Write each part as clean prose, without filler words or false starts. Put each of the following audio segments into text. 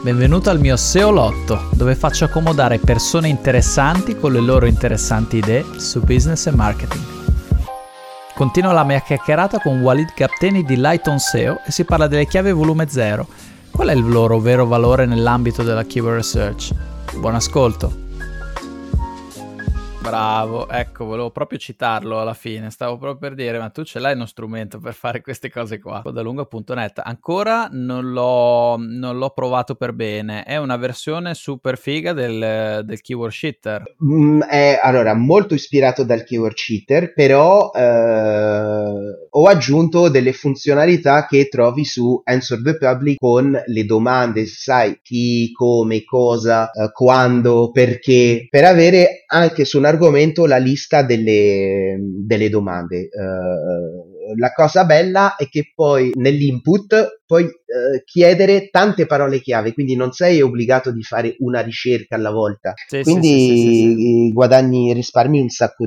Benvenuto al mio SEO Lotto, dove faccio accomodare persone interessanti con le loro interessanti idee su business e marketing. Continua la mia chiacchierata con Walid Kapteni di Light on SEO e si parla delle chiavi volume 0. Qual è il loro vero valore nell'ambito della keyword research? Buon ascolto! Bravo, ecco, volevo proprio citarlo alla fine, stavo proprio per dire, ma tu ce l'hai uno strumento per fare queste cose qua? Codalunga.net, ancora non l'ho provato per bene, è una versione super figa del keyword shitter. È allora molto ispirato dal keyword cheater, però ho aggiunto delle funzionalità che trovi su Answer the Public con le domande, sai, chi, come, cosa, quando, perché, per avere anche su un argomento la lista delle domande. La cosa bella è che poi nell'input puoi chiedere tante parole chiave, quindi non sei obbligato di fare una ricerca alla volta, quindi risparmi un sacco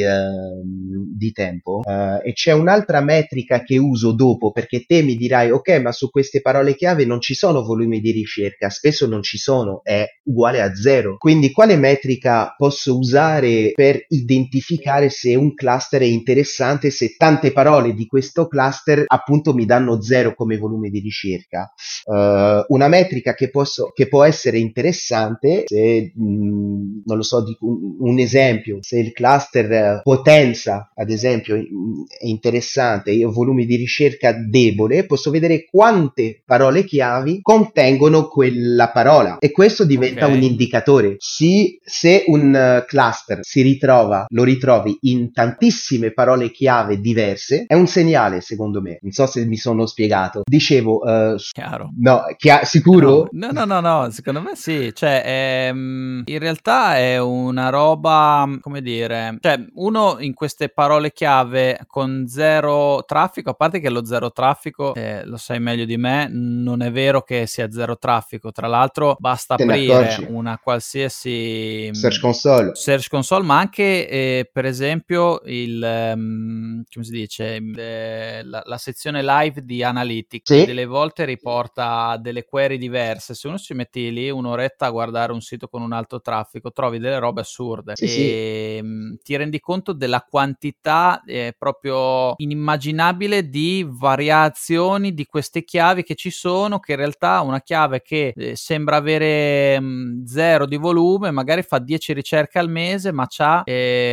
di tempo. E c'è un'altra metrica che uso dopo, perché te mi dirai ok, ma su queste parole chiave non ci sono volumi di ricerca, spesso non ci sono, è uguale a 0. Quindi quale metrica posso usare per identificare se un cluster è interessante, se tante parole di questo cluster appunto mi danno 0 come volume di ricerca? Una metrica che può essere interessante, se non lo so, dico un esempio, se il cluster potenza ad esempio è interessante, io ho volumi di ricerca debole, posso vedere quante parole chiavi contengono quella parola e questo diventa un indicatore. Se un cluster lo ritrovi in tantissime parole chiave diverse, è un segnale, secondo me. Non so se mi sono spiegato. Dicevo, Chiaro. No, sicuro? No, secondo me sì, cioè in realtà è una roba, come dire, cioè uno in queste parole chiave con 0 traffico, a parte che lo 0 traffico, lo sai meglio di me, non è vero che sia 0 traffico, tra l'altro basta Te ne aprire accorgi? una qualsiasi Search Console, ma anche per esempio come si dice, la sezione live di Analytics, sì, che delle volte riporta delle query diverse. Se uno ci metti lì un'oretta a guardare un sito con un alto traffico, trovi delle robe assurde sì. ti rendi conto della quantità proprio inimmaginabile di variazioni di queste chiavi che ci sono, che in realtà una chiave che sembra avere 0 di volume, magari fa 10 ricerche al mese, ma c'ha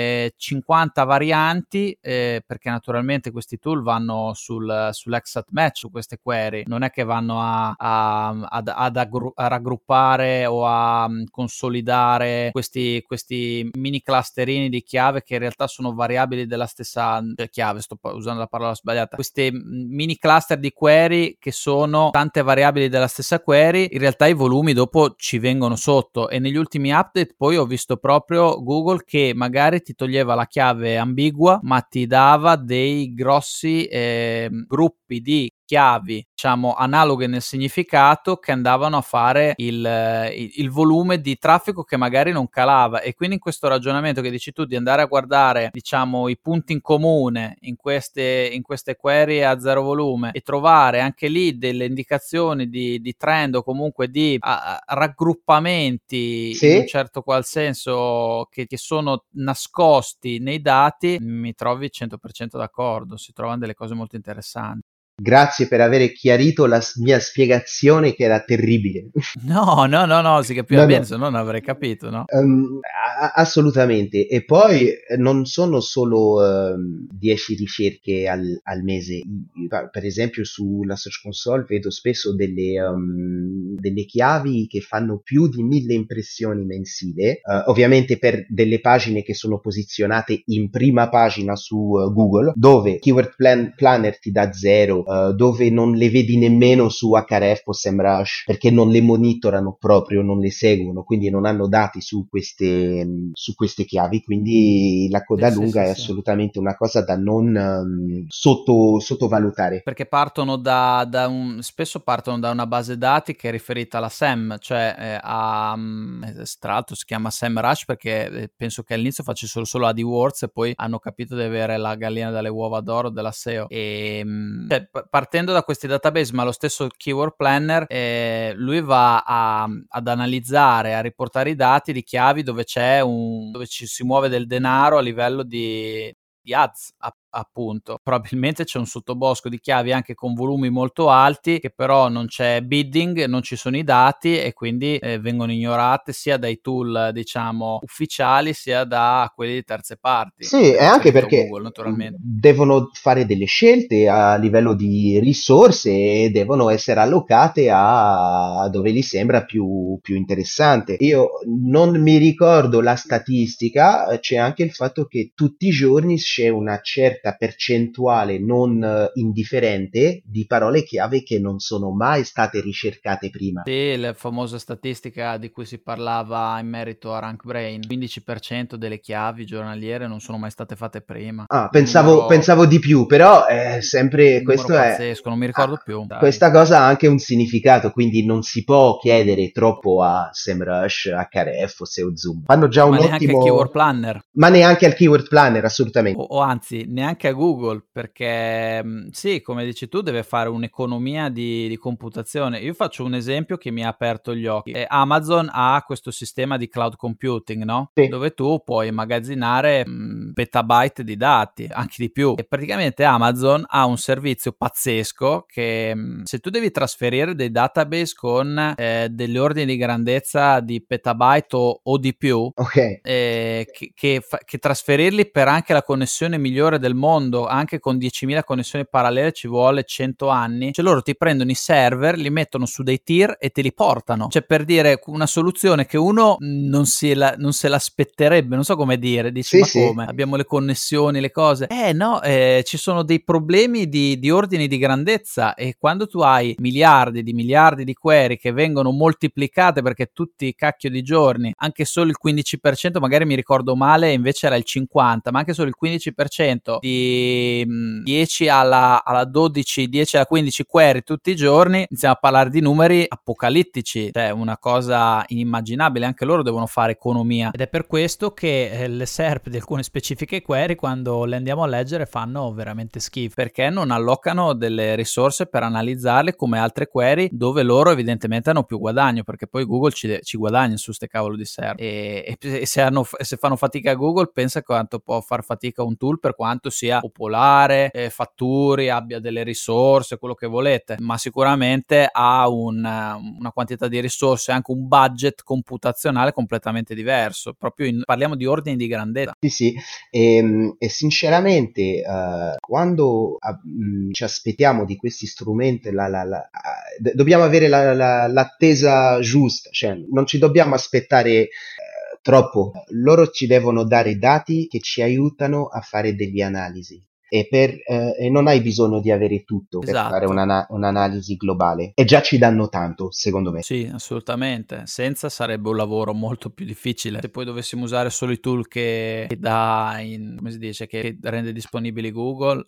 50 varianti, perché naturalmente questi tool vanno sull'exat match, su queste query, non è che vanno a raggruppare o a consolidare questi mini clusterini di chiave che in realtà sono variabili della stessa chiave, sto usando la parola sbagliata, queste mini cluster di query che sono tante variabili della stessa query, in realtà i volumi dopo ci vengono sotto. E negli ultimi update poi ho visto proprio Google che magari ti toglieva la chiave ambigua ma ti dava dei grossi gruppi di chiavi, diciamo, analoghe nel significato, che andavano a fare il volume di traffico che magari non calava. E quindi in questo ragionamento che dici tu di andare a guardare, diciamo, i punti in comune in queste query a 0 volume e trovare anche lì delle indicazioni di trend o comunque di raggruppamenti in un certo qual senso che sono nascosti nei dati, mi trovi 100% d'accordo, si trovano delle cose molto interessanti. Grazie per aver chiarito la mia spiegazione che era terribile. No, si capiva bene, No. se no non avrei capito, no? Assolutamente. E poi non sono solo 10 ricerche al mese. Per esempio sulla Search Console vedo spesso delle chiavi che fanno più di 1000 impressioni mensile, ovviamente per delle pagine che sono posizionate in prima pagina su Google, dove Keyword Planner ti dà 0, dove non le vedi nemmeno su Href o SEMrush, perché non le monitorano proprio, non le seguono, quindi non hanno dati su queste chiavi, quindi la coda lunga è assolutamente una cosa da non sottovalutare. Perché spesso partono da una base dati che è riferita alla SEM, cioè tra l'altro si chiama SEMrush perché penso che all'inizio facessero solo AdWords e poi hanno capito di avere la gallina dalle uova d'oro della SEO. E partendo da questi database, ma lo stesso Keyword Planner, lui va ad analizzare, a riportare i dati di chiavi dove dove ci si muove del denaro a livello di ads, appunto. Probabilmente c'è un sottobosco di chiavi anche con volumi molto alti, che però non c'è bidding, non ci sono i dati e quindi vengono ignorate sia dai tool, diciamo, ufficiali, sia da quelli di terze parti, Sì, e anche riferito a perché Google naturalmente. devono fare delle scelte a livello di risorse e devono essere allocate a dove gli sembra più interessante. Io non mi ricordo la statistica, c'è anche il fatto che tutti i giorni c'è una certa percentuale non indifferente di parole chiave che non sono mai state ricercate prima. Sì, la famosa statistica di cui si parlava in merito a RankBrain, 15% delle chiavi giornaliere non sono mai state fatte prima. Ah, Un numero, pensavo di più, però è sempre un numero questo è. pazzesco, non mi Ah, ricordo più. Dai. questa cosa ha anche un significato, quindi non si può chiedere troppo a SEMrush, HRF o SEO Zoom. Fanno già un Ma neanche il Keyword ottimo, Planner. ma neanche al Keyword Planner, assolutamente. O anzi, neanche a Google, perché sì, come dici tu, deve fare un'economia di computazione. Io faccio un esempio che mi ha aperto gli occhi. Amazon ha questo sistema di cloud computing, no? Sì, Dove tu puoi immagazzinare petabyte di dati, anche di più. E praticamente Amazon ha un servizio pazzesco che se tu devi trasferire dei database con degli ordini di grandezza di petabyte o di più, ok. che trasferirli per anche la connessione migliore del mondo, anche con 10.000 connessioni parallele ci vuole 100 anni. Cioè loro ti prendono i server, li mettono su dei tier e te li portano. Cioè, per dire, una soluzione che uno non se l'aspetterebbe, non so come dire, dici Sì, ma sì. come? Abbiamo le connessioni, le cose. No, ci sono dei problemi di ordini di grandezza e quando tu hai miliardi di query che vengono moltiplicate perché tutti i cacchio di giorni, anche solo il 15%, magari mi ricordo male, invece era il 50%, ma anche solo il 15% di 10 alla 12, 10 alla 15 query tutti i giorni, iniziamo a parlare di numeri apocalittici, cioè una cosa inimmaginabile. Anche loro devono fare economia ed è per questo che le SERP di alcune specifiche query, quando le andiamo a leggere, fanno veramente schifo, perché non allocano delle risorse per analizzarle come altre query dove loro evidentemente hanno più guadagno, perché poi Google ci guadagna su ste cavolo di SERP e se fanno fatica a Google, pensa quanto può far fatica un tool, per quanto sia popolare, fatturi, abbia delle risorse, quello che volete, ma sicuramente ha una quantità di risorse, anche un budget computazionale completamente diverso. Parliamo di ordini di grandezza. Sì, sì, e sinceramente quando ci aspettiamo di questi strumenti, dobbiamo avere l'attesa giusta, cioè non ci dobbiamo aspettare troppo. Loro ci devono dare dati che ci aiutano a fare delle analisi. E non hai bisogno di avere tutto per fare Esatto. un'analisi globale. E già ci danno tanto, secondo me. Sì, assolutamente. Senza sarebbe un lavoro molto più difficile. Se poi dovessimo usare solo i tool che come si dice, che rende disponibili Google,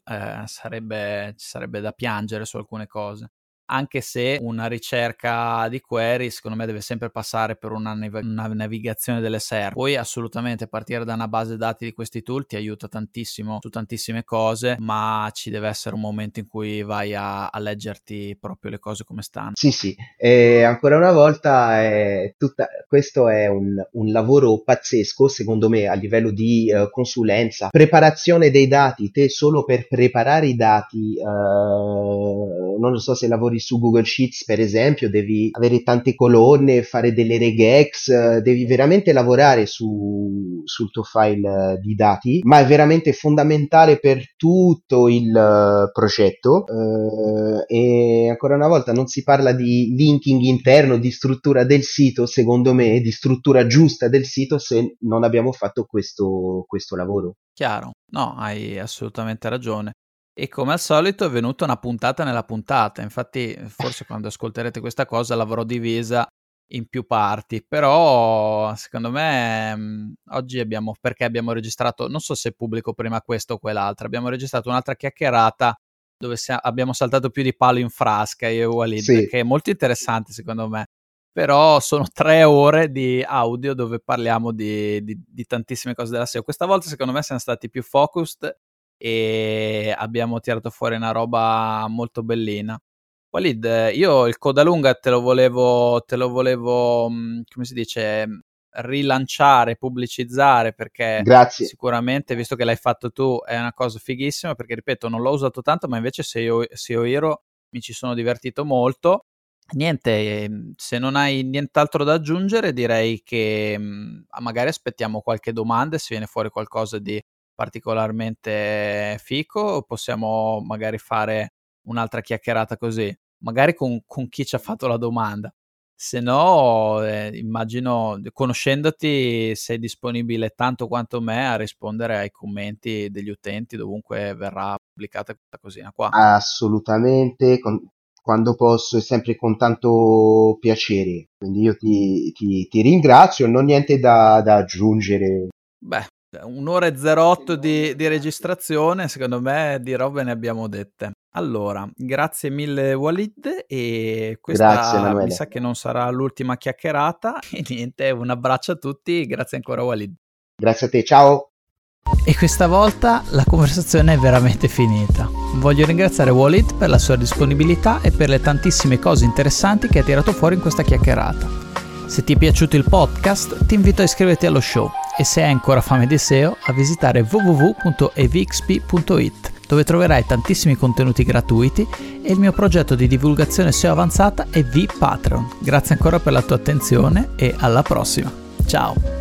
ci sarebbe da piangere su alcune cose. Anche se una ricerca di query, secondo me, deve sempre passare per una navigazione delle SERP. Poi assolutamente partire da una base dati di questi tool ti aiuta tantissimo su tantissime cose, ma ci deve essere un momento in cui vai a leggerti proprio le cose come stanno. Sì, sì, e ancora una volta questo è un lavoro pazzesco, secondo me, a livello di consulenza, preparazione dei dati. Te solo per preparare i dati, non lo so se lavori su Google Sheets, per esempio, devi avere tante colonne, fare delle regex, devi veramente lavorare sul tuo file di dati, ma è veramente fondamentale per tutto il progetto. E ancora una volta non si parla di linking interno, di struttura del sito, secondo me, di struttura giusta del sito, se non abbiamo fatto questo lavoro. Chiaro, no, hai assolutamente ragione. E come al solito è venuta una puntata nella puntata, infatti forse quando ascolterete questa cosa l'avrò divisa in più parti, però secondo me oggi perché abbiamo registrato, non so se pubblico prima questa o quell'altra, abbiamo registrato un'altra chiacchierata dove abbiamo saltato più di palo in frasca io e Walid, Sì, che è molto interessante secondo me. Però sono 3 ore di audio dove parliamo di tantissime cose della SEO. Questa volta secondo me siamo stati più focused e abbiamo tirato fuori una roba molto bellina. Walid, io il Codalunga te lo volevo, come si dice, rilanciare, pubblicizzare, perché Grazie. sicuramente, visto che l'hai fatto tu, è una cosa fighissima, perché ripeto, non l'ho usato tanto, ma invece se io ero mi ci sono divertito molto. Niente, se non hai nient'altro da aggiungere, direi che magari aspettiamo qualche domanda, se viene fuori qualcosa di particolarmente fico, possiamo magari fare un'altra chiacchierata così, magari con chi ci ha fatto la domanda. Se no, immagino, conoscendoti, sei disponibile tanto quanto me a rispondere ai commenti degli utenti dovunque verrà pubblicata questa cosina qua. Assolutamente, quando posso e sempre con tanto piacere. Quindi io ti ringrazio, non ho niente da aggiungere. Beh, 1 ora e 08 di registrazione, secondo me di robe ne abbiamo dette. Allora, grazie mille Walid, e Grazie questa mi Emanuele. sa che non sarà l'ultima chiacchierata. E niente, un abbraccio a tutti, grazie ancora Walid. Grazie a te, ciao. E questa volta la conversazione è veramente finita. Voglio ringraziare Walid per la sua disponibilità e per le tantissime cose interessanti che ha tirato fuori in questa chiacchierata. Se ti è piaciuto il podcast, ti invito a iscriverti allo show e se hai ancora fame di SEO a visitare www.evxp.it, dove troverai tantissimi contenuti gratuiti e il mio progetto di divulgazione SEO avanzata è vPatreon. Grazie ancora per la tua attenzione e alla prossima. Ciao!